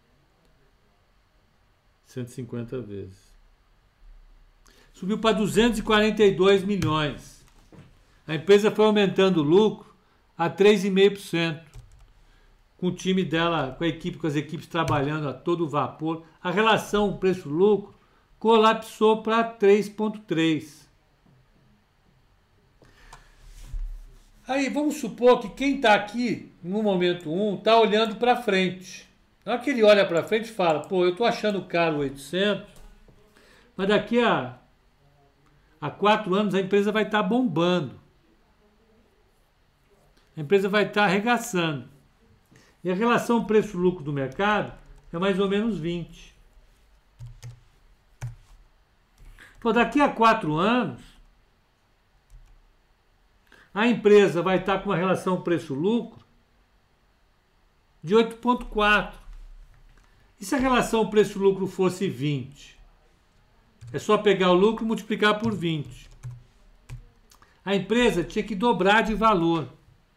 Speaker 1: 150 vezes. Subiu para 242 milhões. A empresa foi aumentando o lucro a 3,5%. Com o time dela, com a equipe, com as equipes trabalhando a todo vapor. A relação preço-lucro colapsou para 3,3. Aí vamos supor que quem está aqui no momento 1 está olhando para frente. Na hora que ele olha para frente e fala, pô, eu estou achando caro 800, mas daqui a 4 anos a empresa vai estar bombando. A empresa vai estar arregaçando. E a relação preço-lucro do mercado é mais ou menos 20. Pô, daqui a 4 anos, a empresa vai estar com uma relação preço-lucro de 8,4. E se a relação preço-lucro fosse 20? É só pegar o lucro e multiplicar por 20. A empresa tinha que dobrar de valor.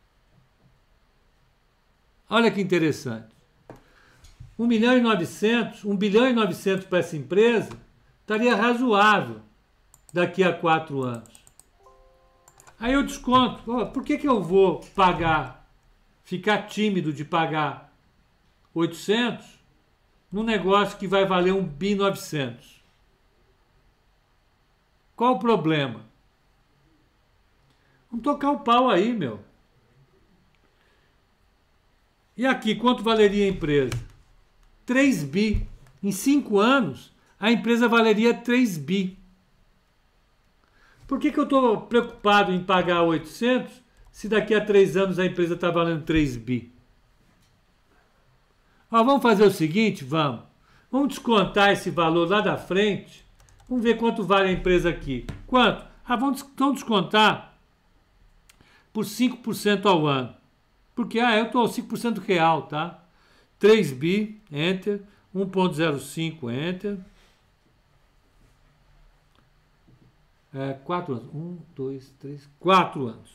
Speaker 1: Olha que interessante. 1 bilhão e 900 para essa empresa estaria razoável daqui a 4 anos. Aí eu desconto. Por que eu vou ficar tímido de pagar 800 num negócio que vai valer 1 bi 900? Qual o problema? Vamos tocar o pau aí, meu. E aqui, quanto valeria a empresa? 3 bi. Em 5 anos, a empresa valeria 3 bi. Por que eu estou preocupado em pagar 800 se daqui a 3 anos a empresa está valendo 3 bi? Vamos fazer o seguinte, vamos. Vamos descontar esse valor lá da frente. Vamos ver quanto vale a empresa aqui. Quanto? Vamos descontar por 5% ao ano. Porque, eu estou 5% real, tá? 3 bi, enter. 1,05, enter. 4 anos. 1, 2, 3, 4 anos.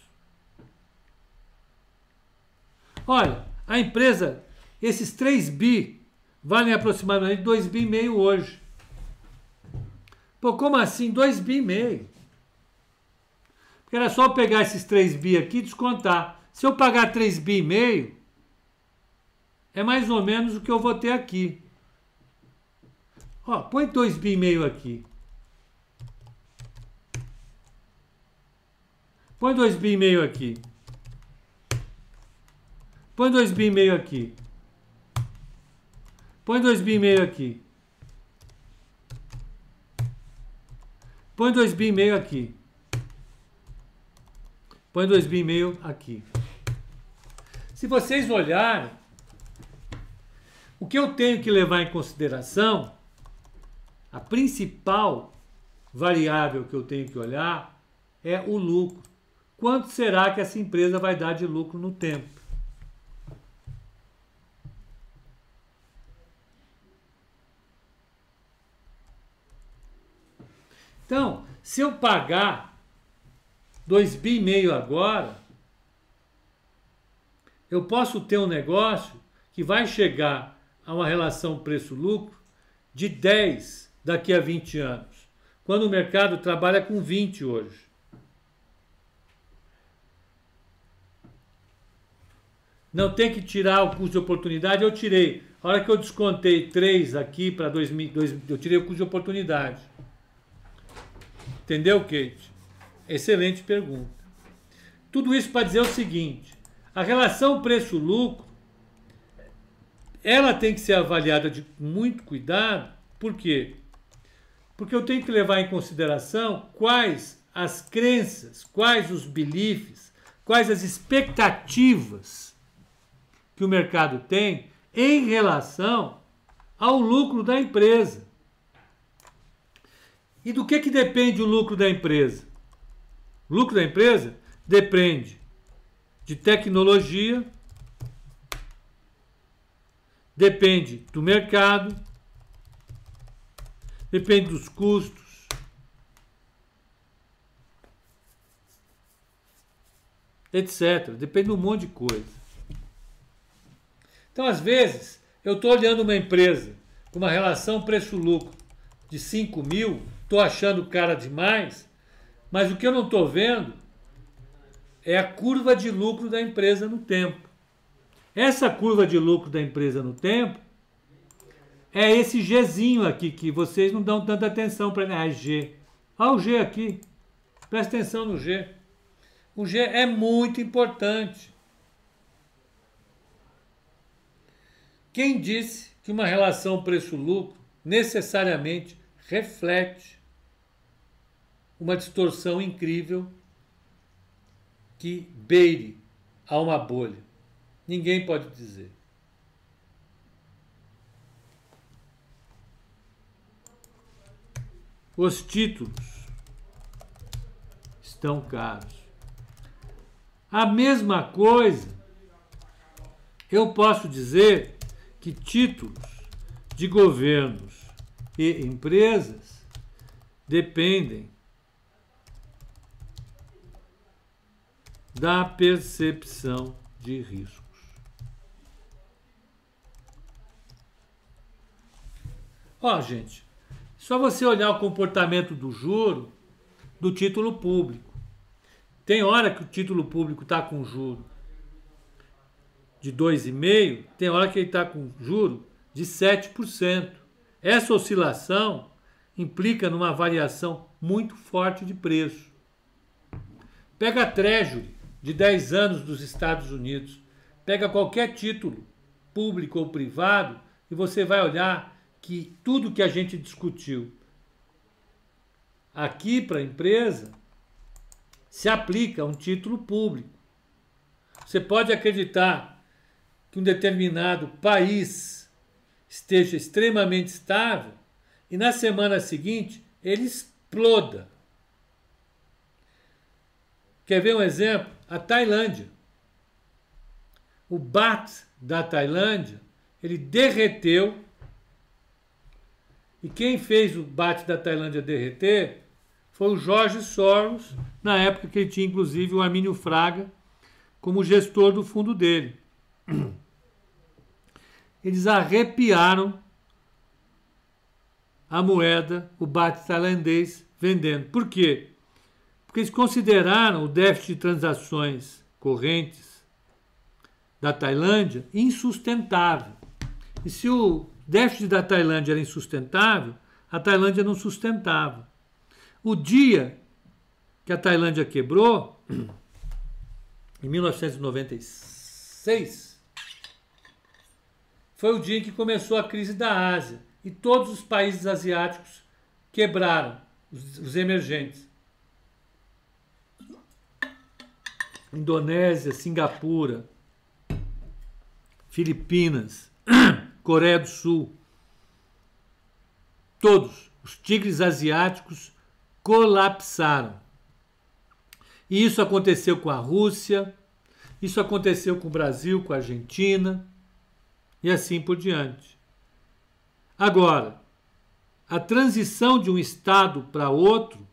Speaker 1: Olha, a empresa, esses 3 bi valem aproximadamente 2 bi e meio hoje. Pô, como assim? 2 bi e meio. Porque era só pegar esses 3 bi aqui e descontar. Se eu pagar 3 bi e meio, é mais ou menos o que eu vou ter aqui. Põe 2 bi e meio aqui. Põe 2 bi e meio aqui. Põe 2 bi e meio aqui. Põe 2 bi e meio aqui. Põe 2 bi e meio aqui. Põe 2 bi e meio aqui. Se vocês olharem, o que eu tenho que levar em consideração, a principal variável que eu tenho que olhar é o lucro. Quanto será que essa empresa vai dar de lucro no tempo? Então, se eu pagar 2 bi e meio agora, eu posso ter um negócio que vai chegar a uma relação preço-lucro de 10 daqui a 20 anos, quando o mercado trabalha com 20 hoje. Não tem que tirar o custo de oportunidade, eu tirei. A hora que eu descontei 3 aqui para 2000, eu tirei o custo de oportunidade. Entendeu, Kate? Excelente pergunta. Tudo isso para dizer o seguinte: a relação preço-lucro, ela tem que ser avaliada de muito cuidado. Por quê? Porque eu tenho que levar em consideração quais as crenças, quais os beliefs, quais as expectativas que o mercado tem em relação ao lucro da empresa. E do que depende o lucro da empresa? O lucro da empresa depende de tecnologia, depende do mercado, depende dos custos, etc. Depende de um monte de coisa. Então, às vezes, eu estou olhando uma empresa com uma relação preço-lucro de 5 mil, estou achando cara demais, mas o que eu não estou vendo é a curva de lucro da empresa no tempo. Essa curva de lucro da empresa no tempo é esse Gzinho aqui, que vocês não dão tanta atenção para ele. Ah, é G. Olha o G aqui. Presta atenção no G. O G é muito importante. Quem disse que uma relação preço-lucro necessariamente reflete uma distorção incrível que beire a uma bolha? Ninguém pode dizer. Os títulos estão caros. A mesma coisa, eu posso dizer que títulos de governos e empresas dependem da percepção de riscos. Ó, gente, só você olhar o comportamento do juro do título público. Tem hora que o título público está com juro de 2,5%, tem hora que ele está com juro de 7%. Essa oscilação implica numa variação muito forte de preço. Pega a Treasury de 10 anos dos Estados Unidos, pega qualquer título, público ou privado, e você vai olhar que tudo que a gente discutiu aqui para a empresa se aplica a um título público. Você pode acreditar que um determinado país esteja extremamente estável e na semana seguinte ele exploda. Quer ver um exemplo? A Tailândia. O baht da Tailândia, ele derreteu. E quem fez o baht da Tailândia derreter foi o Jorge Soros, na época que ele tinha inclusive o Armínio Fraga como gestor do fundo dele. Eles arrepiaram a moeda, o baht tailandês, vendendo. Por quê? Porque eles consideraram o déficit de transações correntes da Tailândia insustentável. E se o déficit da Tailândia era insustentável, a Tailândia não sustentava. O dia que a Tailândia quebrou, em 1996, foi o dia em que começou a crise da Ásia. E todos os países asiáticos quebraram, os emergentes. Indonésia, Singapura, Filipinas, Coreia do Sul. Todos os tigres asiáticos colapsaram. E isso aconteceu com a Rússia, isso aconteceu com o Brasil, com a Argentina e assim por diante. Agora, a transição de um estado para outro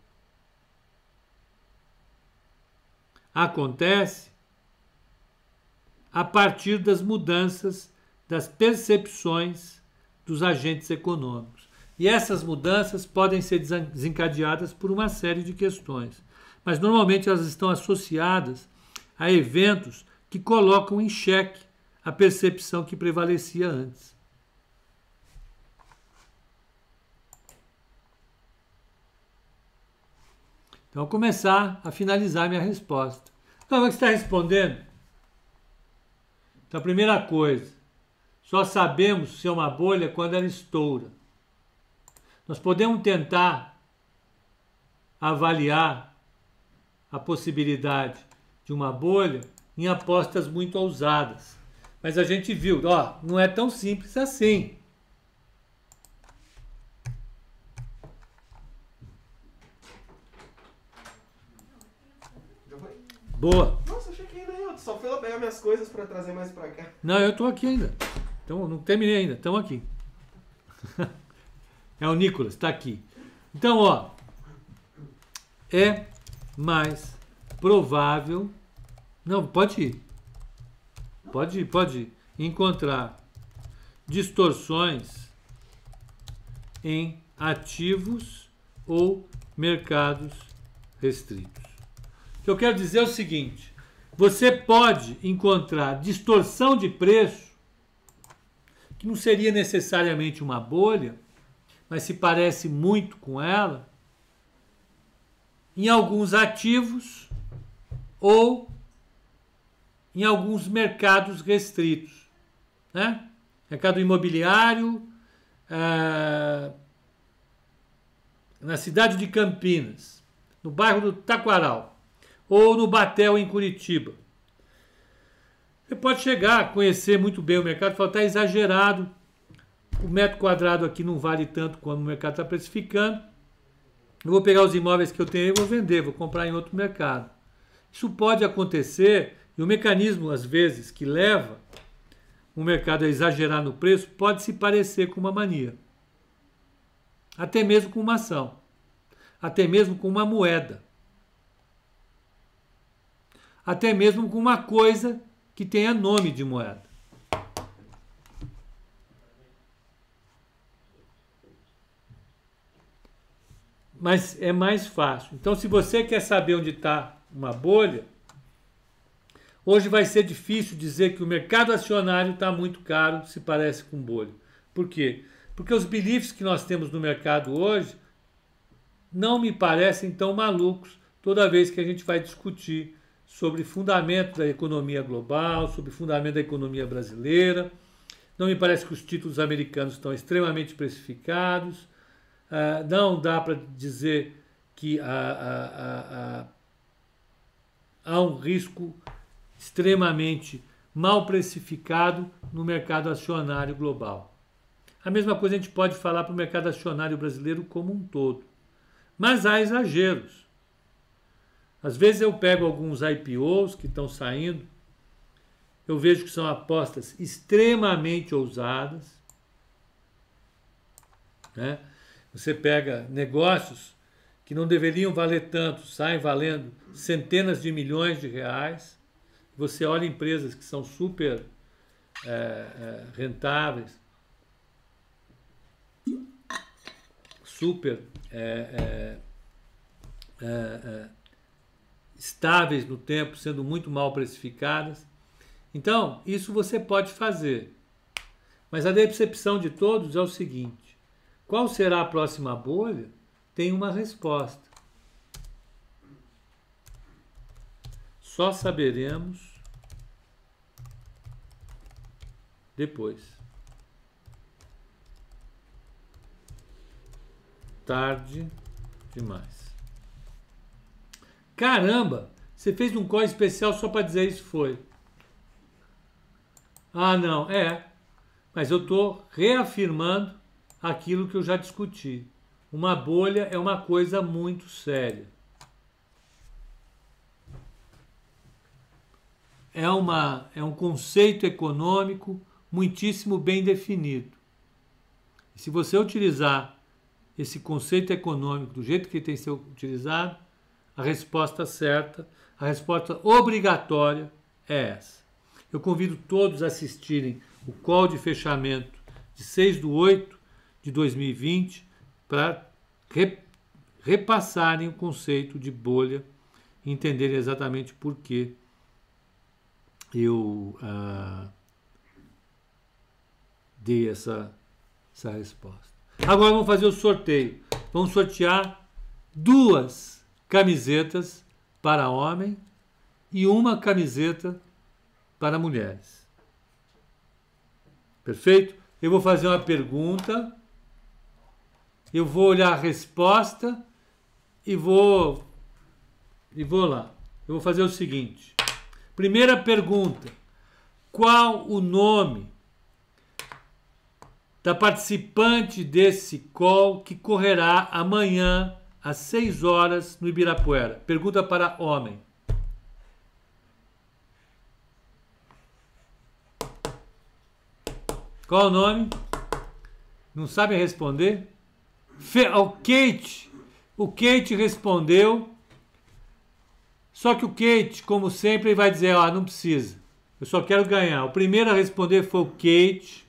Speaker 1: acontece a partir das mudanças das percepções dos agentes econômicos. E essas mudanças podem ser desencadeadas por uma série de questões, mas normalmente elas estão associadas a eventos que colocam em xeque a percepção que prevalecia antes. Então, vou começar a finalizar minha resposta. Então, você está respondendo? Então, a primeira coisa, só sabemos se é uma bolha quando ela estoura. Nós podemos tentar avaliar a possibilidade de uma bolha em apostas muito ousadas. Mas a gente viu, ó, não é tão simples assim. Boa.
Speaker 2: Nossa, achei que ainda eu só fui lá pegar minhas coisas pra trazer mais pra cá.
Speaker 1: Não, eu tô aqui ainda. Então, não terminei ainda. Estamos aqui. É o Nicolas, está aqui. Então, ó, é mais provável... Não, pode ir. Pode ir. Encontrar distorções em ativos ou mercados restritos. O que eu quero dizer é o seguinte: você pode encontrar distorção de preço, que não seria necessariamente uma bolha, mas se parece muito com ela, em alguns ativos ou em alguns mercados restritos, né? Mercado imobiliário, na cidade de Campinas, no bairro do Taquaral, ou no Batel, em Curitiba. Você pode chegar a conhecer muito bem o mercado e falar, está exagerado, o metro quadrado aqui não vale tanto quanto o mercado está precificando, eu vou pegar os imóveis que eu tenho e vou vender, vou comprar em outro mercado. Isso pode acontecer, e o mecanismo, às vezes, que leva o mercado a exagerar no preço, pode se parecer com uma mania. Até mesmo com uma ação. Até mesmo com uma moeda. Até mesmo com uma coisa que tenha nome de moeda. Mas é mais fácil. Então, se você quer saber onde está uma bolha, hoje vai ser difícil dizer que o mercado acionário está muito caro, se parece com bolha. Por quê? Porque os beliefs que nós temos no mercado hoje não me parecem tão malucos toda vez que a gente vai discutir sobre fundamento da economia global, sobre fundamento da economia brasileira. Não me parece que os títulos americanos estão extremamente precificados. Não dá para dizer que há um risco extremamente mal precificado no mercado acionário global. A mesma coisa a gente pode falar para o mercado acionário brasileiro como um todo. Mas há exageros. Às vezes eu pego alguns IPOs que estão saindo, eu vejo que são apostas extremamente ousadas, né? Você pega negócios que não deveriam valer tanto, saem valendo centenas de milhões de reais. Você olha empresas que são super rentáveis, super estáveis no tempo, sendo muito mal precificadas. Então, isso você pode fazer. Mas a decepção de todos é o seguinte: qual será a próxima bolha? Tem uma resposta. Só saberemos depois. Tarde demais. Caramba! Você fez um call especial só para dizer isso, foi? Ah, não, mas eu estou reafirmando aquilo que eu já discuti. Uma bolha é uma coisa muito séria. É um conceito econômico muitíssimo bem definido. E se você utilizar esse conceito econômico do jeito que ele tem que ser utilizado, a resposta certa, a resposta obrigatória é essa. Eu convido todos a assistirem o call de fechamento de 6/8/2020 para repassarem o conceito de bolha e entenderem exatamente por que eu dei essa resposta. Agora vamos fazer o sorteio. Vamos sortear 2 camisetas para homem e 1 camiseta para mulheres. Perfeito? Eu vou fazer uma pergunta, eu vou olhar a resposta e vou lá. Eu vou fazer o seguinte. Primeira pergunta. Qual o nome da participante desse call que correrá amanhã às 6 horas no Ibirapuera? Pergunta para homem. Qual o nome? Não sabem responder? O Kate respondeu. Só que o Kate, como sempre, vai dizer, não precisa. Eu só quero ganhar. O primeiro a responder foi o Kate.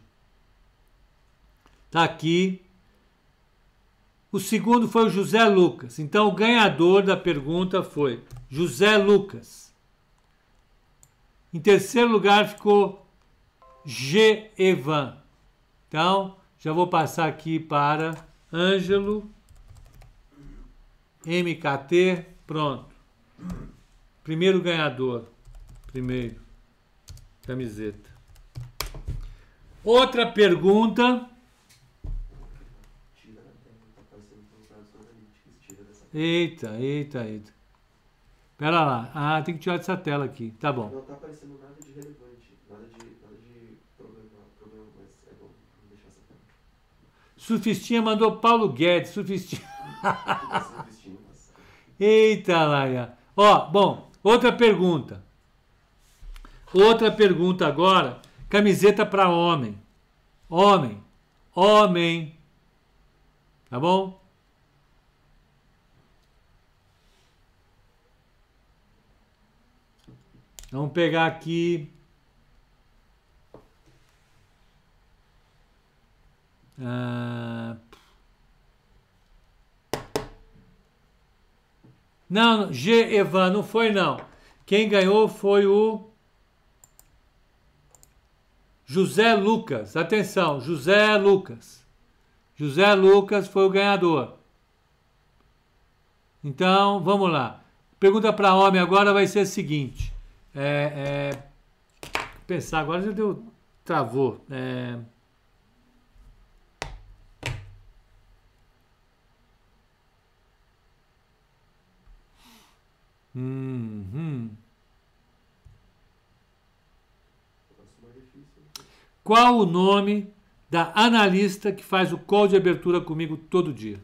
Speaker 1: Tá aqui. O segundo foi o José Lucas. Então, o ganhador da pergunta foi José Lucas. Em terceiro lugar ficou G. Evan. Então, já vou passar aqui para Ângelo. MKT. Pronto. Primeiro ganhador. Primeiro. Camiseta. Outra pergunta. Eita. Pera lá. Tem que tirar dessa tela aqui. Tá bom.
Speaker 2: Não tá aparecendo nada de relevante. Nada de problema, mas é bom deixar essa tela.
Speaker 1: Surfistinha mandou Paulo Guedes. Surfistinha. Eita, Laia. Bom, outra pergunta. Outra pergunta agora. Camiseta para homem. Homem. Tá bom? Vamos pegar aqui. Não, G. Evan, não foi não. Quem ganhou foi o José Lucas. Atenção, José Lucas. José Lucas foi o ganhador. Então, vamos lá. Pergunta para homem agora vai ser a seguinte. Pensar, agora já deu... Travou. Qual o nome da analista que faz o call de abertura comigo todo dia?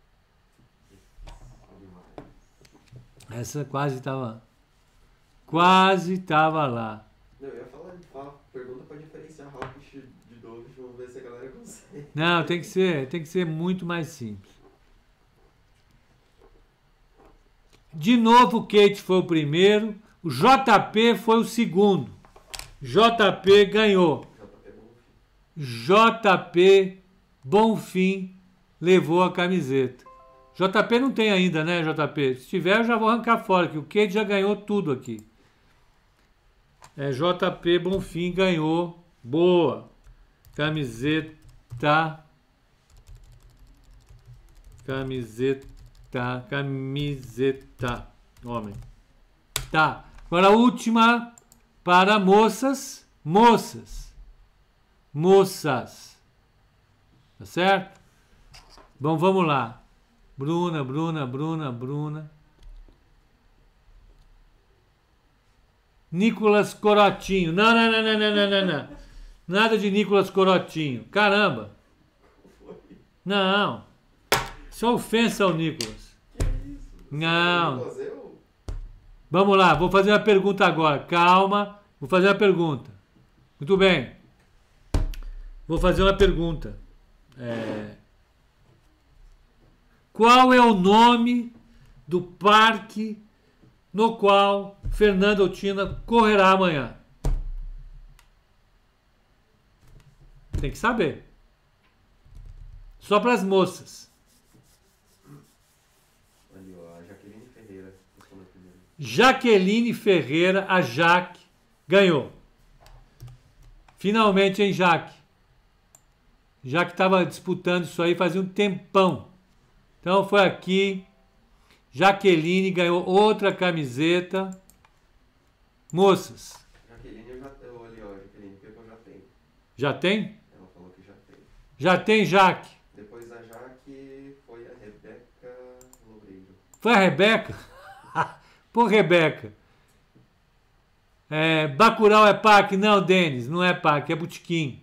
Speaker 1: Essa quase estava lá.
Speaker 2: Não, eu ia falar, pergunta para diferenciar Hawkish de Dovish, vamos ver se a galera consegue.
Speaker 1: Não, tem que ser muito mais simples. De novo, o Kate foi o primeiro, o JP foi o segundo. JP ganhou. JP Bonfim levou a camiseta. JP não tem ainda, né, JP? Se tiver, eu já vou arrancar fora, que o Kate já ganhou tudo aqui. JP Bonfim ganhou. Boa. Camiseta. Homem. Tá. Agora a última para moças. Tá certo? Bom, vamos lá. Bruna. Nicolas Corotinho. Não. Nada de Nicolas Corotinho. Caramba. Não. Isso é ofensa ao Nicolas.
Speaker 2: Que isso?
Speaker 1: Não. Vamos lá, vou fazer uma pergunta agora. Calma, vou fazer uma pergunta. Muito bem. Vou fazer uma pergunta. Qual é o nome do parque no qual Fernanda Otina correrá amanhã? tem que saber. Só para as moças.
Speaker 2: Ali, ó, a Jaqueline Ferreira respondeu primeiro.
Speaker 1: Jaqueline Ferreira, a Jaque, ganhou. Finalmente, hein, Jaque? Já que estava disputando isso aí fazia um tempão. Então foi aqui. Jaqueline ganhou outra camiseta. Moças.
Speaker 2: Jaqueline, eu ali, ó, Jaqueline, que eu já tenho.
Speaker 1: Já tem?
Speaker 2: Ela falou que já tem.
Speaker 1: Já tem, Jaque?
Speaker 2: Depois da Jaque foi a Rebeca Loureiro.
Speaker 1: Foi a Rebeca? Pô, Rebeca. Bacurau é PAC? Não, Denis, não é PAC, é Botequim.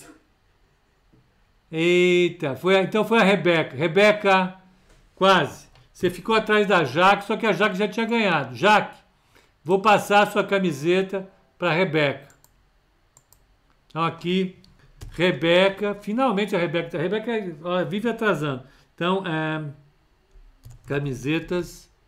Speaker 1: Eita, então foi a Rebeca. Rebeca, quase. Você ficou atrás da Jaque, só que a Jaque já tinha ganhado. Jaque, vou passar a sua camiseta para a Rebeca. Então aqui, Rebeca, finalmente a Rebeca ó, vive atrasando. Então, camiseta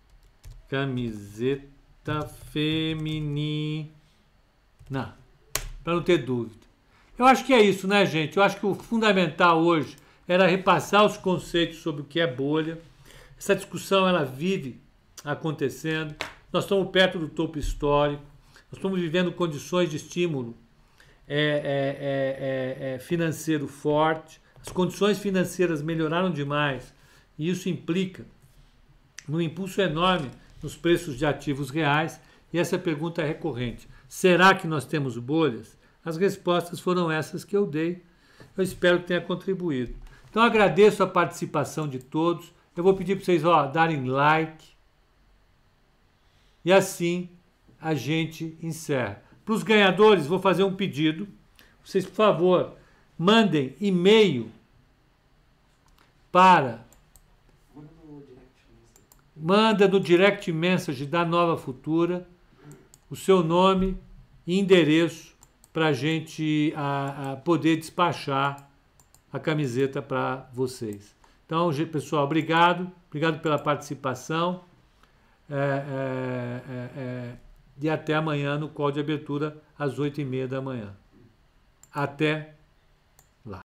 Speaker 1: feminina, para não ter dúvida. Eu acho que é isso, né, gente? Eu acho que o fundamental hoje era repassar os conceitos sobre o que é bolha. Essa discussão, ela vive acontecendo. Nós estamos perto do topo histórico. Nós estamos vivendo condições de estímulo financeiro forte. As condições financeiras melhoraram demais. E isso implica num impulso enorme nos preços de ativos reais. E essa pergunta é recorrente. Será que nós temos bolhas? As respostas foram essas que eu dei. Eu espero que tenha contribuído. Então agradeço a participação de todos. Eu vou pedir para vocês darem like. E assim a gente encerra. Para os ganhadores, vou fazer um pedido. Vocês, por favor, mandem e-mail para... Manda no direct message da Nova Futura o seu nome e endereço para a gente poder despachar a camiseta para vocês. Então, pessoal, obrigado pela participação e até amanhã no call de abertura às 8h30 da manhã. Até